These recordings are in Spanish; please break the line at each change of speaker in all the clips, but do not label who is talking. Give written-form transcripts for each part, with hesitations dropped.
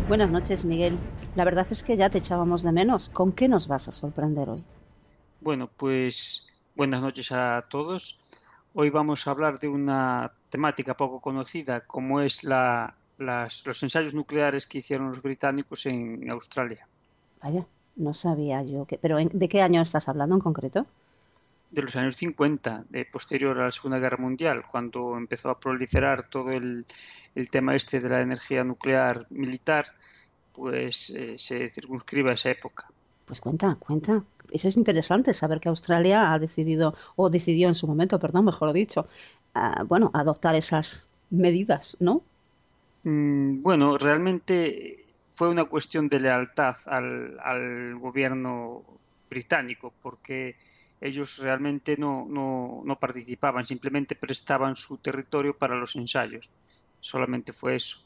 Buenas noches, Miguel. La verdad es que ya te echábamos de menos. ¿Con qué nos vas a sorprender hoy?
Bueno, pues buenas noches a todos. Hoy vamos a hablar de una temática poco conocida, como es los ensayos nucleares que hicieron los británicos en Australia,
Vaya, no sabía yo que... Pero ¿de qué año estás hablando en concreto?
de los años 50, posterior a la Segunda Guerra Mundial, cuando empezó a proliferar todo el tema este de la energía nuclear militar, pues se circunscribe a esa época.
Pues cuenta, cuenta. Eso es interesante saber que Australia ha decidido, o decidió en su momento, perdón, mejor dicho, bueno, adoptar esas medidas, ¿no?
Bueno, realmente fue una cuestión de lealtad al gobierno británico, porque ellos realmente no participaban, simplemente prestaban su territorio para los ensayos. Solamente fue eso.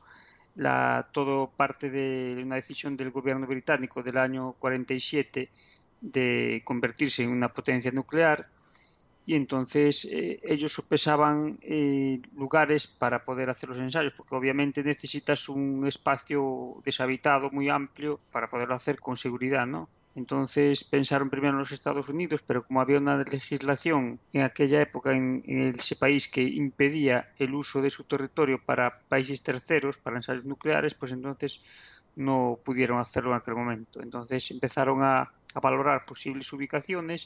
Todo parte de una decisión del gobierno británico del año 47 de convertirse en una potencia nuclear y entonces ellos sopesaban lugares para poder hacer los ensayos, porque obviamente necesitas un espacio deshabitado muy amplio para poderlo hacer con seguridad, ¿no? Entonces pensaron primero en los Estados Unidos, pero como había una legislación en aquella época en ese país que impedía el uso de su territorio para países terceros, para ensayos nucleares, pues entonces no pudieron hacerlo en aquel momento. Entonces empezaron a valorar posibles ubicaciones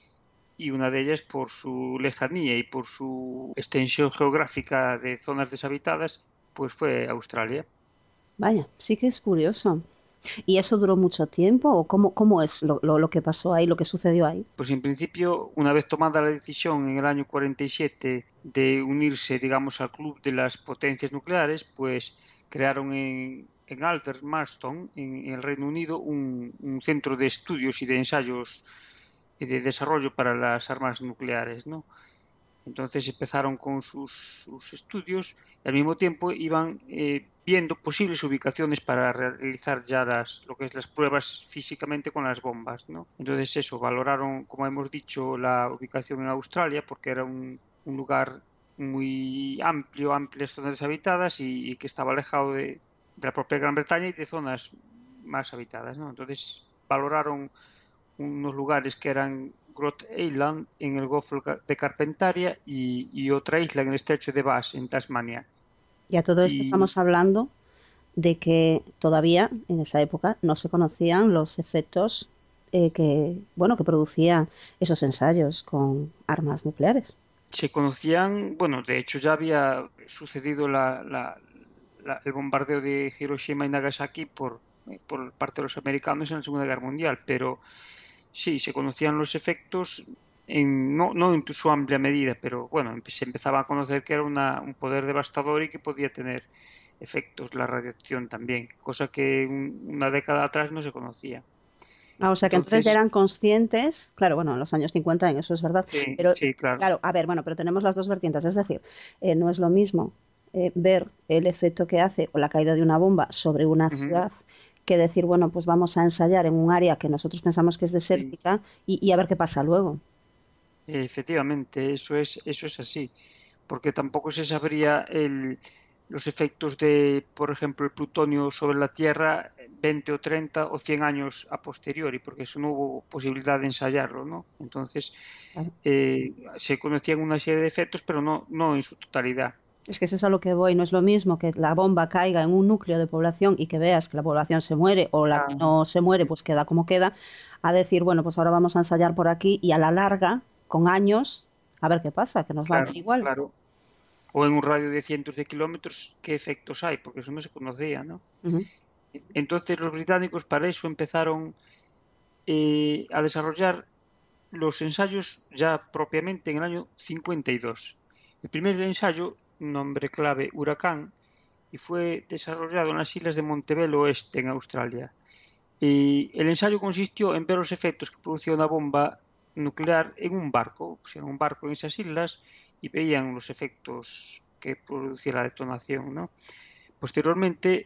y una de ellas por su lejanía y por su extensión geográfica de zonas deshabitadas, pues fue Australia.
Vaya, sí que es curioso. ¿Y eso duró mucho tiempo? ¿O cómo es lo que pasó ahí, lo que sucedió ahí?
Pues en principio, una vez tomada la decisión en el año 47 de unirse, digamos, al club de las potencias nucleares, pues crearon en Aldermaston, en el Reino Unido, un centro de estudios y de ensayos y de desarrollo para las armas nucleares, ¿no? Entonces empezaron con sus estudios y al mismo tiempo iban viendo posibles ubicaciones para realizar ya lo que es las pruebas físicamente con las bombas, ¿no? Entonces eso, valoraron, como hemos dicho, la ubicación en Australia porque era un lugar muy amplio, amplias zonas deshabitadas y que estaba alejado de la propia Gran Bretaña y de zonas más habitadas, ¿no? Entonces valoraron unos lugares que eran Grot Island en el Golfo de Carpentaria y otra isla en el estrecho de Bass en Tasmania.
Y a todo esto
Y
estamos hablando de que todavía en esa época no se conocían los efectos bueno, que producía esos ensayos con armas nucleares.
se conocían, bueno, de hecho ya había sucedido el bombardeo de Hiroshima y Nagasaki por parte de los americanos en la Segunda Guerra Mundial, pero sí, se conocían los efectos no en su amplia medida, pero bueno, se empezaba a conocer que era un poder devastador y que podía tener efectos la radiación también, cosa que una década atrás no se conocía.
Ah, o sea que entonces ya
Entonces,
eran conscientes, claro, bueno, en los años 50 en eso es verdad,
sí,
pero
sí, claro,
claro, a ver, bueno, pero tenemos las dos vertientes, es decir, no es lo mismo ver el efecto que hace o la caída de una bomba sobre una
ujú,
ciudad que decir, bueno, pues vamos a ensayar en un área que nosotros pensamos que es
sí.
desértica y a ver qué pasa luego.
Efectivamente, eso es así, porque tampoco se sabría los efectos de, por ejemplo, el plutonio sobre la Tierra 20 o 30 o 100 años a posteriori, porque eso no hubo posibilidad de ensayarlo, ¿no? Entonces,
Claro.
se conocían una serie de efectos, pero no en su totalidad.
Es que es a lo que voy, no es lo mismo que la bomba caiga en un núcleo de población y que veas que la población se muere o la que
Ah,
no se muere
sí,
pues queda como queda, a decir, bueno, pues ahora vamos a ensayar por aquí y a la larga, con años, a ver qué pasa, que nos va a dar
claro,
igual.
claro. O en un radio de cientos de kilómetros, ¿qué efectos hay? Porque eso no se conocía, ¿no?
Ujú.
Entonces los británicos para eso empezaron a desarrollar los ensayos ya propiamente en el año 52. El primer ensayo, nombre clave Huracán, y fue desarrollado en las islas de Montebello Oeste, en Australia. Y el ensayo consistió en ver los efectos que producía una bomba nuclear en un barco, pusieron un barco en esas islas y veían los efectos que producía la detonación, ¿no? Posteriormente,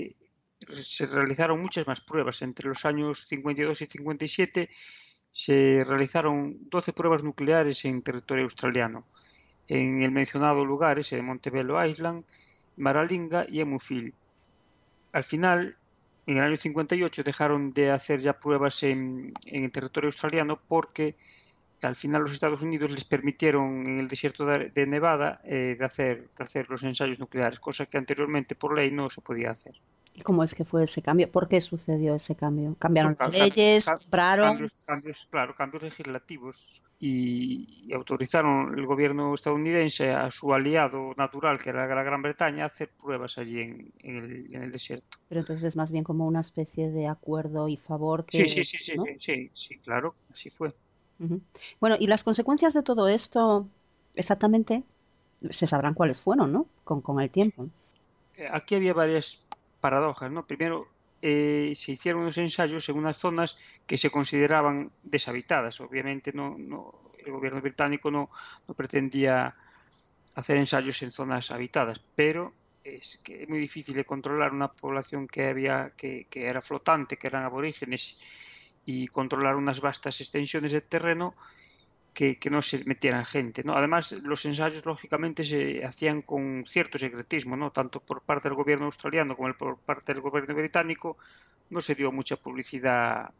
se realizaron muchas más pruebas. Entre los años 52 y 57 se realizaron 12 pruebas nucleares en territorio australiano, en el mencionado lugar ese de Montebello Island, Maralinga y Emufil. Al final, en el año 58 dejaron de hacer ya pruebas en el territorio australiano porque al final los Estados Unidos les permitieron en el desierto de Nevada de hacer los ensayos nucleares, cosa que anteriormente por ley no se podía hacer.
¿Y cómo es que fue ese cambio? ¿Por qué sucedió ese cambio?
Son
¿Cambiaron las leyes? ¿Compraron?
claro, cambios legislativos y autorizaron el gobierno estadounidense a su aliado natural, que era la Gran Bretaña, a hacer pruebas allí en el desierto.
Pero entonces es más bien como una especie de acuerdo y favor
Sí, sí,
que,
sí, sí,
¿no?
sí, sí, sí, claro, así fue.
Ujú. Bueno, y las consecuencias de todo esto, exactamente, se sabrán cuáles fueron, ¿no? Con el tiempo.
Aquí había varias paradojas, ¿no? Primero, se hicieron unos ensayos en unas zonas que se consideraban deshabitadas. Obviamente, el gobierno británico no pretendía hacer ensayos en zonas habitadas, pero es que es muy difícil de controlar una población que era flotante, que eran aborígenes, y controlar unas vastas extensiones de terreno que no se metieran gente, ¿no? Además, los ensayos, lógicamente, se hacían con cierto secretismo, ¿no? Tanto por parte del gobierno australiano como por parte del gobierno británico, no se dio mucha publicidad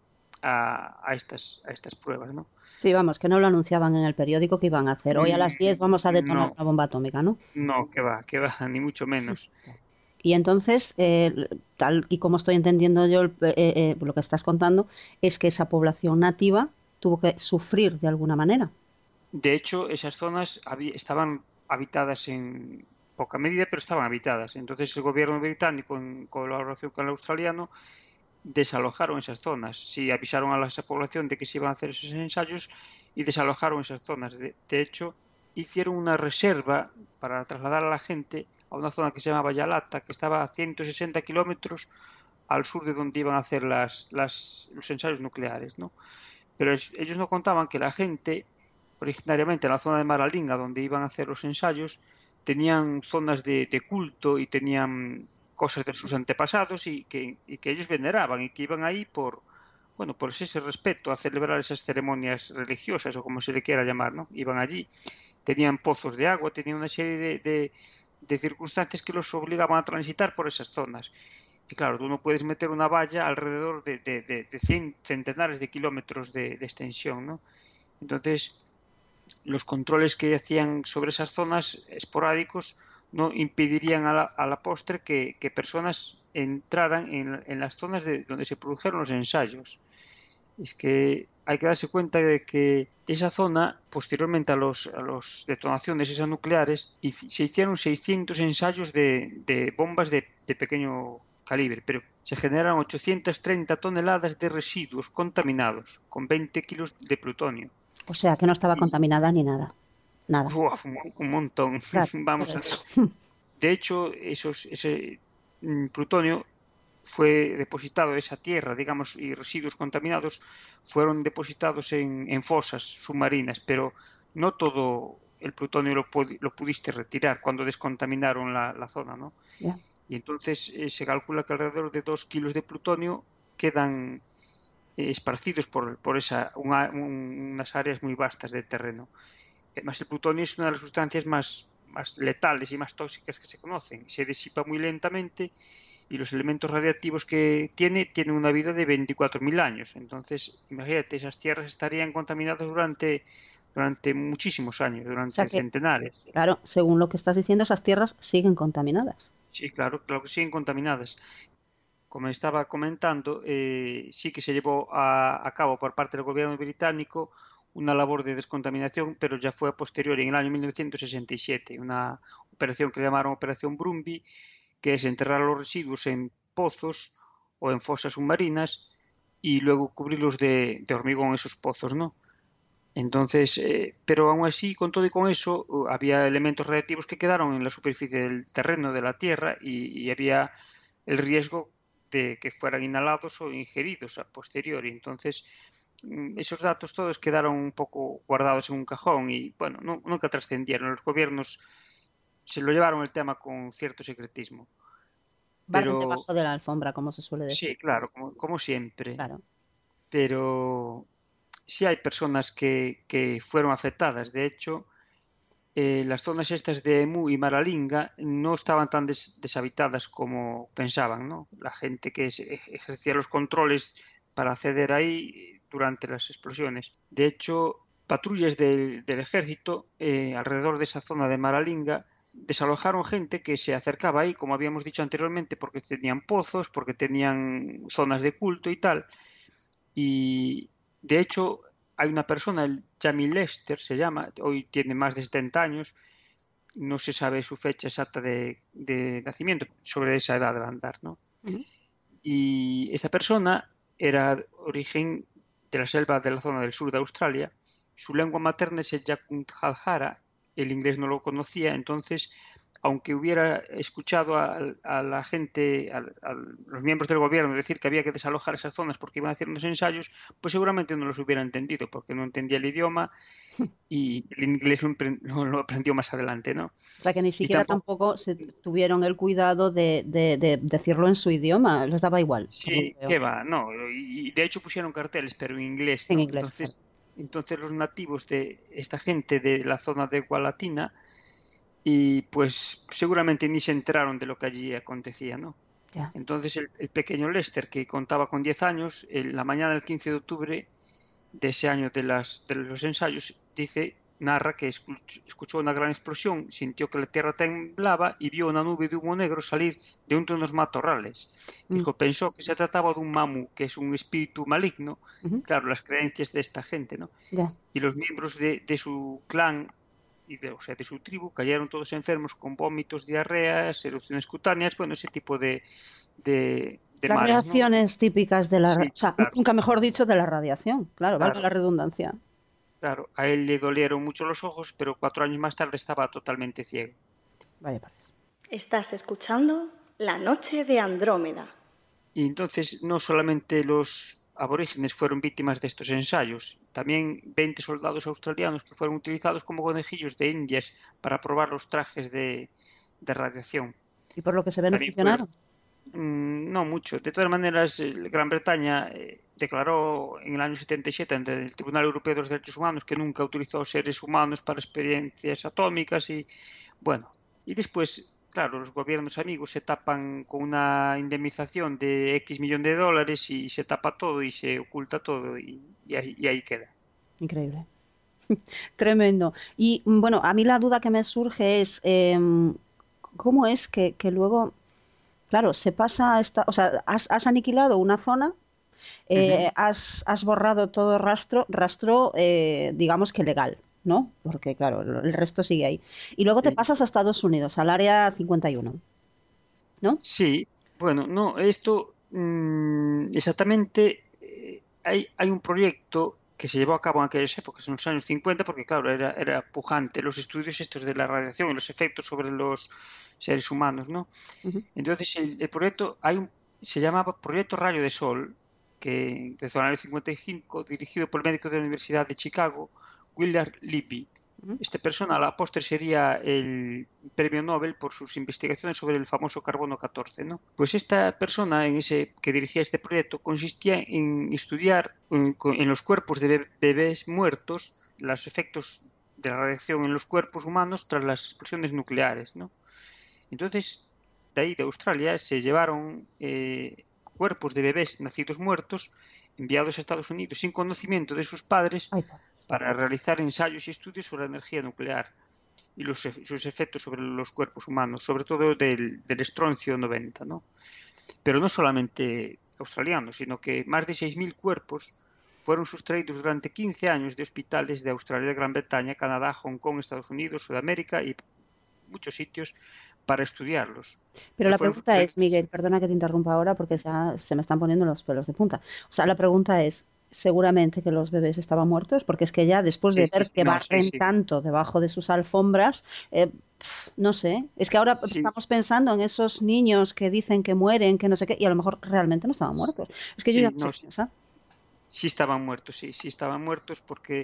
a estas pruebas, ¿no?
Sí, vamos, que no lo anunciaban en el periódico que iban a hacer. Hoy a las 10 vamos a detonar
No,
una bomba atómica, ¿no?
no, que va, ni mucho menos.
Y entonces, tal y como estoy entendiendo yo lo que estás contando, es que esa población nativa tuvo que sufrir de alguna manera.
De hecho, esas zonas estaban habitadas en poca medida, pero estaban habitadas. Entonces, el gobierno británico, en colaboración con el australiano, desalojaron esas zonas. Sí, avisaron a la esa población de que se iban a hacer esos ensayos y desalojaron esas zonas. De hecho, hicieron una reserva para trasladar a la gente a una zona que se llama Vallalata, que estaba a 160 kilómetros al sur de donde iban a hacer los ensayos nucleares, ¿no? Pero ellos no contaban que la gente, originariamente en la zona de Maralinga, donde iban a hacer los ensayos, tenían zonas de culto y tenían cosas de sus antepasados y que ellos veneraban y que iban ahí bueno, por ese respeto a celebrar esas ceremonias religiosas o como se le quiera llamar, ¿no? Iban allí, tenían pozos de agua, tenían una serie de circunstancias que los obligaban a transitar por esas zonas. Y claro, tú no puedes meter una valla alrededor de centenares de kilómetros de extensión, ¿no? Entonces, los controles que hacían sobre esas zonas esporádicos no impedirían a la postre que personas entraran en las zonas donde se produjeron los ensayos. Es que hay que darse cuenta de que esa zona, posteriormente a los detonaciones esas nucleares, se hicieron 600 ensayos de bombas de pequeño calibre, pero se generaron 830 toneladas de residuos contaminados con 20 kilos de plutonio.
O sea, que no estaba
Y,
contaminada ni nada. Nada.
¡buah! Un montón.
Claro, por
Vamos a
eso.
De hecho, ese plutonio fue depositado, esa tierra, digamos, y residuos contaminados fueron depositados en fosas submarinas, pero no todo el plutonio lo pudiste retirar cuando descontaminaron la zona, ¿no?
Ya.
Y entonces se calcula que alrededor de 2 kilos de plutonio quedan esparcidos unas áreas muy vastas de terreno. Además, el plutonio es una de las sustancias más letales y más tóxicas que se conocen. Se disipa muy lentamente y los elementos radiactivos que tienen una vida de 24.000 años. Entonces, imagínate, esas tierras estarían contaminadas durante muchísimos años,
O sea
durante
que,
centenares.
claro, según lo que estás diciendo, esas tierras siguen contaminadas.
Sí, claro, claro que siguen contaminadas. Como estaba comentando, sí que se llevó a cabo por parte del gobierno británico una labor de descontaminación, pero ya fue a posteriori, en el año 1967, una operación que llamaron Operación Brumby, que es enterrar los residuos en pozos o en fosas submarinas y luego cubrirlos de hormigón esos pozos, ¿no? Entonces, pero aún así, con todo y con eso, había elementos radiactivos que quedaron en la superficie del terreno de la Tierra y había el riesgo de que fueran inhalados o ingeridos a posteriori. Entonces, esos datos todos quedaron un poco guardados en un cajón y, bueno, nunca trascendieron. Los gobiernos se lo llevaron el tema con cierto secretismo.
Barren
Pero
debajo de la alfombra, como se suele decir.
sí, claro, como siempre.
Claro.
Pero sí hay personas que fueron afectadas. De hecho, las zonas estas de Emu y Maralinga no estaban tan deshabitadas como pensaban, ¿no? La gente que ejercía los controles para acceder ahí durante las explosiones. De hecho, patrullas del ejército alrededor de esa zona de Maralinga desalojaron gente que se acercaba ahí, como habíamos dicho anteriormente, porque tenían pozos, porque tenían zonas de culto y tal. Y de hecho hay una persona, el Jamie Lester se llama, hoy tiene más de 70 años, no se sabe su fecha exacta de nacimiento, sobre esa edad de andar, ¿no?
Ujú.
Y esta persona era de origen de la selva de la zona del sur de Australia. Su lengua materna es el Yakunt Halhara, el inglés no lo conocía, entonces, aunque hubiera escuchado a la gente, a los miembros del gobierno decir que había que desalojar esas zonas porque iban a hacer unos ensayos, pues seguramente no los hubiera entendido porque no entendía el idioma y el inglés lo aprendió más adelante, ¿no?
O sea, que ni
Y
siquiera
tampoco,
tampoco se tuvieron el cuidado de decirlo en su idioma, les daba igual, por lo que
sí,
veo,
qué va, no, y de hecho pusieron carteles, pero en inglés,
en
¿no?
inglés, claro.
Entonces los nativos de esta gente de la zona de Gualatina, y pues seguramente ni se enteraron de lo que allí acontecía, ¿no?
Ya.
Entonces el pequeño Lester, que contaba con 10 años, en la mañana del 15 de octubre de ese año de los ensayos, narra que escuchó una gran explosión, sintió que la tierra temblaba y vio una nube de humo negro salir de entre unos matorrales.
Mm,
Dijo, pensó que se trataba de un mamu, que es un espíritu maligno,
ujú,
claro, las creencias de esta gente, ¿no?
ya.
Y los miembros de su clan o sea, de su tribu cayeron todos enfermos con vómitos, diarreas, erupciones cutáneas, bueno, ese tipo de
Las
males, ¿no?
reacciones típicas de la, o
Sí,
sea,
claro,
nunca mejor dicho, de la radiación, claro, valga
claro.
la redundancia.
Claro, a él le dolieron mucho los ojos, pero 4 años más tarde estaba totalmente ciego.
Vaya por Dios.
Estás escuchando La Noche de Andrómeda.
Y entonces no solamente los aborígenes fueron víctimas de estos ensayos, también 20 soldados australianos que fueron utilizados como conejillos de indias para probar los trajes de radiación.
Y por lo que se
También fueron,
beneficiaron.
no mucho. De todas maneras, Gran Bretaña declaró en el año 77 ante el Tribunal Europeo de los Derechos Humanos que nunca utilizó seres humanos para experiencias atómicas y, bueno, y después, claro, los gobiernos amigos se tapan con una indemnización de X millón de dólares y se tapa todo y se oculta todo y ahí queda.
Increíble. Tremendo. Y bueno, a mí la duda que me surge es cómo es que luego, claro, se pasa a esta, o sea, has aniquilado una zona,
Ujú.
has borrado todo rastro, digamos que legal, ¿no? Porque claro, el resto sigue ahí. Y luego te
Sí.
pasas a Estados Unidos, al área 51, ¿no?
Sí, bueno, no, esto exactamente, hay un proyecto que se llevó a cabo en aquellas épocas, en los años 50, porque claro, era pujante los estudios estos de la radiación y los efectos sobre los seres humanos, ¿no?
Ujú.
Entonces el proyecto, se llamaba Proyecto Rayo de Sol, que empezó en el año 55, dirigido por el médico de la Universidad de Chicago, Willard Libby.
Ujú.
Esta persona a la postre sería el premio Nobel por sus investigaciones sobre el famoso carbono 14, ¿no? Pues esta persona que dirigía este proyecto consistía en estudiar en los cuerpos de bebés muertos los efectos de la radiación en los cuerpos humanos tras las explosiones nucleares, ¿no? Entonces, de ahí de Australia se llevaron cuerpos de bebés nacidos muertos enviados a Estados Unidos sin conocimiento de sus padres
Ay, por Dios.
para realizar ensayos y estudios sobre la energía nuclear y sus efectos sobre los cuerpos humanos, sobre todo del estroncio 90, ¿no? Pero no solamente australianos, sino que más de 6.000 cuerpos fueron sustraídos durante 15 años de hospitales de Australia, Gran Bretaña, Canadá, Hong Kong, Estados Unidos, Sudamérica y muchos sitios para estudiarlos.
Pero
Pero
la
fueron
pregunta es,
sustraídos.
Miguel, perdona que te interrumpa ahora porque se me están poniendo los pelos de punta. O sea, la pregunta es, seguramente que los bebés estaban muertos, porque es que ya después de
Sí, sí,
ver que
no, sí,
barren
sí.
tanto debajo de sus alfombras, no sé, es que ahora
Sí,
estamos pensando en esos niños que dicen que mueren, que no sé qué, y a lo mejor realmente no estaban muertos. Es que yo ya
sí,
no sé
no,
qué pensar.
sí estaban muertos, sí, sí estaban muertos porque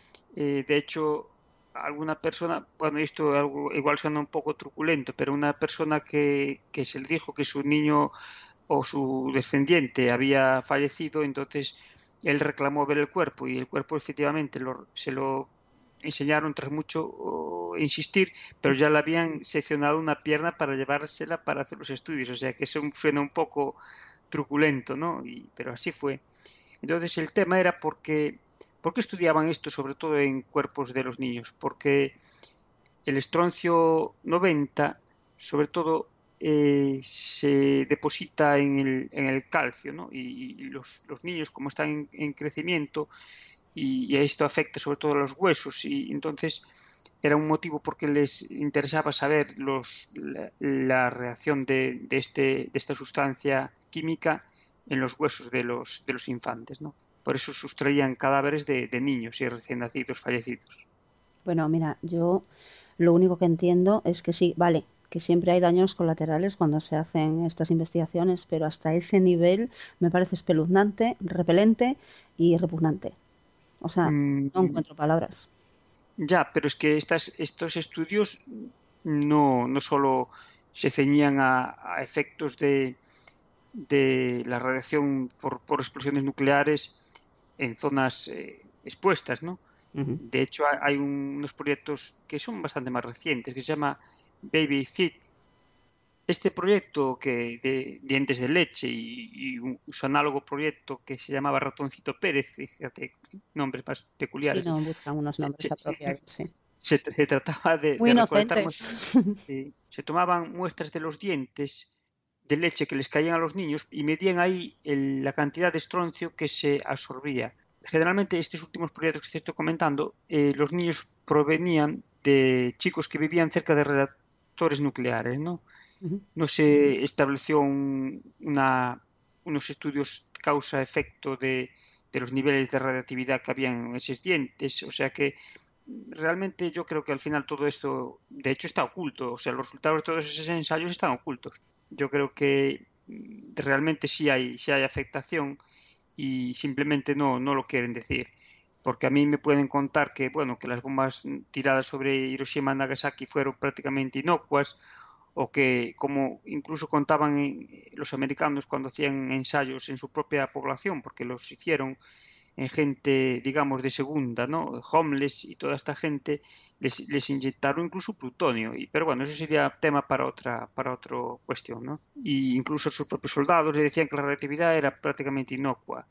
de hecho alguna persona, bueno, esto igual suena un poco truculento, pero una persona que se le dijo que su niño o su descendiente había fallecido, entonces él reclamó ver el cuerpo y el cuerpo efectivamente se lo enseñaron tras mucho insistir, pero ya le habían seccionado una pierna para llevársela para hacer los estudios, o sea que eso suena un poco truculento, ¿no? Pero así fue. Entonces el tema era ¿por qué estudiaban esto sobre todo en cuerpos de los niños? Porque el estroncio 90 sobre todo se deposita en el calcio, ¿no? Y los niños como están en crecimiento y esto afecta sobre todo a los huesos y entonces era un motivo porque les interesaba saber la reacción de esta sustancia química en los huesos de los infantes, ¿no? Por eso sustraían cadáveres de niños y recién nacidos fallecidos.
Bueno, mira, yo lo único que entiendo es que sí, vale, que siempre hay daños colaterales cuando se hacen estas investigaciones, pero hasta ese nivel me parece espeluznante, repelente y repugnante. O sea, no encuentro palabras.
Ya, pero es que estos estudios no solo se ceñían a efectos de la radiación por explosiones nucleares en zonas expuestas, ¿no?
Ujú.
De hecho, hay unos proyectos que son bastante más recientes, que se llama Baby Feed. Este proyecto de dientes de leche y su análogo proyecto que se llamaba Ratoncito Pérez, fíjate, nombres más
Sí,
peculiares,
no, buscan unos nombres apropiados, sí.
se trataba
Muy
de recolectar
inocentes.
muestras. Se tomaban muestras de los dientes de leche que les caían a los niños y medían ahí la cantidad de estroncio que se absorbía. Generalmente estos últimos proyectos que te estoy comentando, los niños provenían de chicos que vivían cerca de reactores nucleares, ¿no?
Ujú.
No se estableció unos estudios causa-efecto de los niveles de radiactividad que había en esos dientes, o sea que realmente yo creo que al final todo esto, de hecho, está oculto, o sea, los resultados de todos esos ensayos están ocultos. Yo creo que realmente sí hay afectación y simplemente no lo quieren decir. Porque a mí me pueden contar que, bueno, que las bombas tiradas sobre Hiroshima y Nagasaki fueron prácticamente inocuas o que, como incluso contaban los americanos cuando hacían ensayos en su propia población, porque los hicieron en gente, digamos, de segunda, ¿no? Homeless y toda esta gente, les inyectaron incluso plutonio. Pero bueno, eso sería tema para otra cuestión, ¿no? Y incluso sus propios soldados le decían que la radioactividad era prácticamente inocua.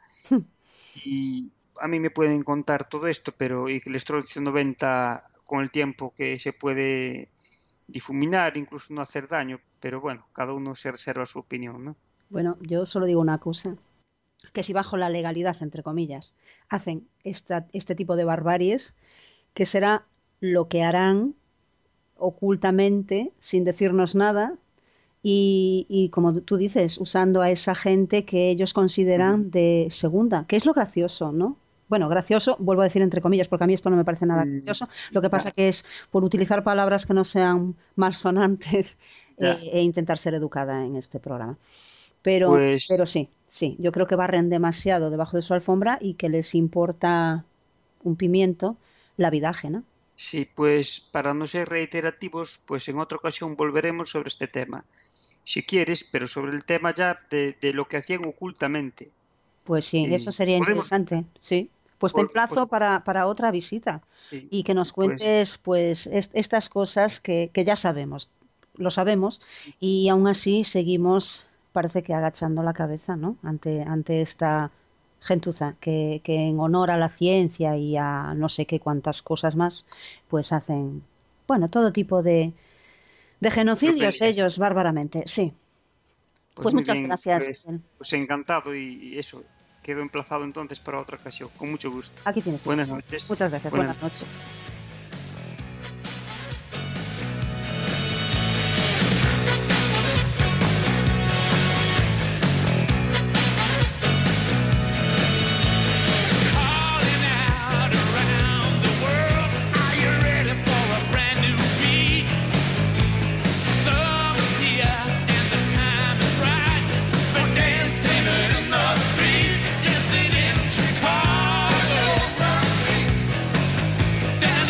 Y a mí me pueden contar todo esto, pero y que el estroncio 90 con el tiempo que se puede difuminar, incluso no hacer daño, pero bueno, cada uno se reserva su opinión, ¿no?
Bueno, yo solo digo una cosa, que si bajo la legalidad, entre comillas, hacen este tipo de barbaries, que será lo que harán ocultamente, sin decirnos nada, y como tú dices, usando a esa gente que ellos consideran de segunda, que es lo gracioso, ¿no? Bueno, gracioso, vuelvo a decir entre comillas, porque a mí esto no me parece nada gracioso. Lo que pasa
Ya,
que es por utilizar palabras que no sean malsonantes
ya.
e intentar ser educada en este programa.
Pues
Pero sí, sí, yo creo que barren demasiado debajo de su alfombra y que les importa un pimiento la vida ajena.
sí, pues para no ser reiterativos, pues en otra ocasión volveremos sobre este tema, si quieres, pero sobre el tema ya de lo que hacían ocultamente.
Pues sí, eso
Y
sería
podemos,
interesante, sí. Pues te
pues,
emplazo para otra visita
sí,
y que nos
pues,
cuentes pues estas cosas que ya sabemos, lo sabemos, y aún así seguimos, parece que agachando la cabeza, ¿no? Ante esta gentuza que en honor a la ciencia y a no sé qué cuántas cosas más, pues hacen, bueno, todo tipo de genocidios
tropelías.
ellos bárbaramente, sí.
Pues
Pues
muy
muchas
bien,
gracias, Miguel.
pues encantado y eso, quedo emplazado entonces para otra ocasión, con mucho gusto.
Aquí tienes tu
Buenas
casa.
noches.
Muchas gracias,
Buenas
buenas noches.
Calling out around the world. Are you ready for a brand new beat? Summer's here and the time is right for dancing in the street, dancing in Chicago, down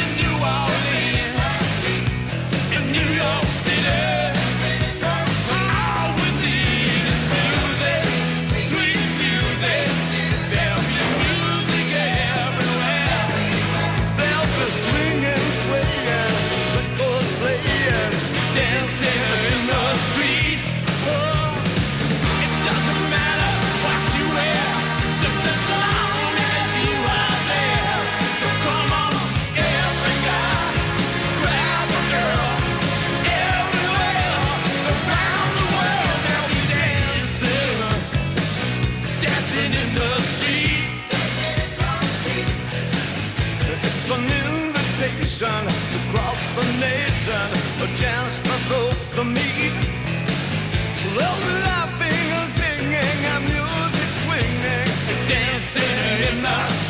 station across the nation, a chance for folks to meet. Love laughing and singing and music swinging and dancing in the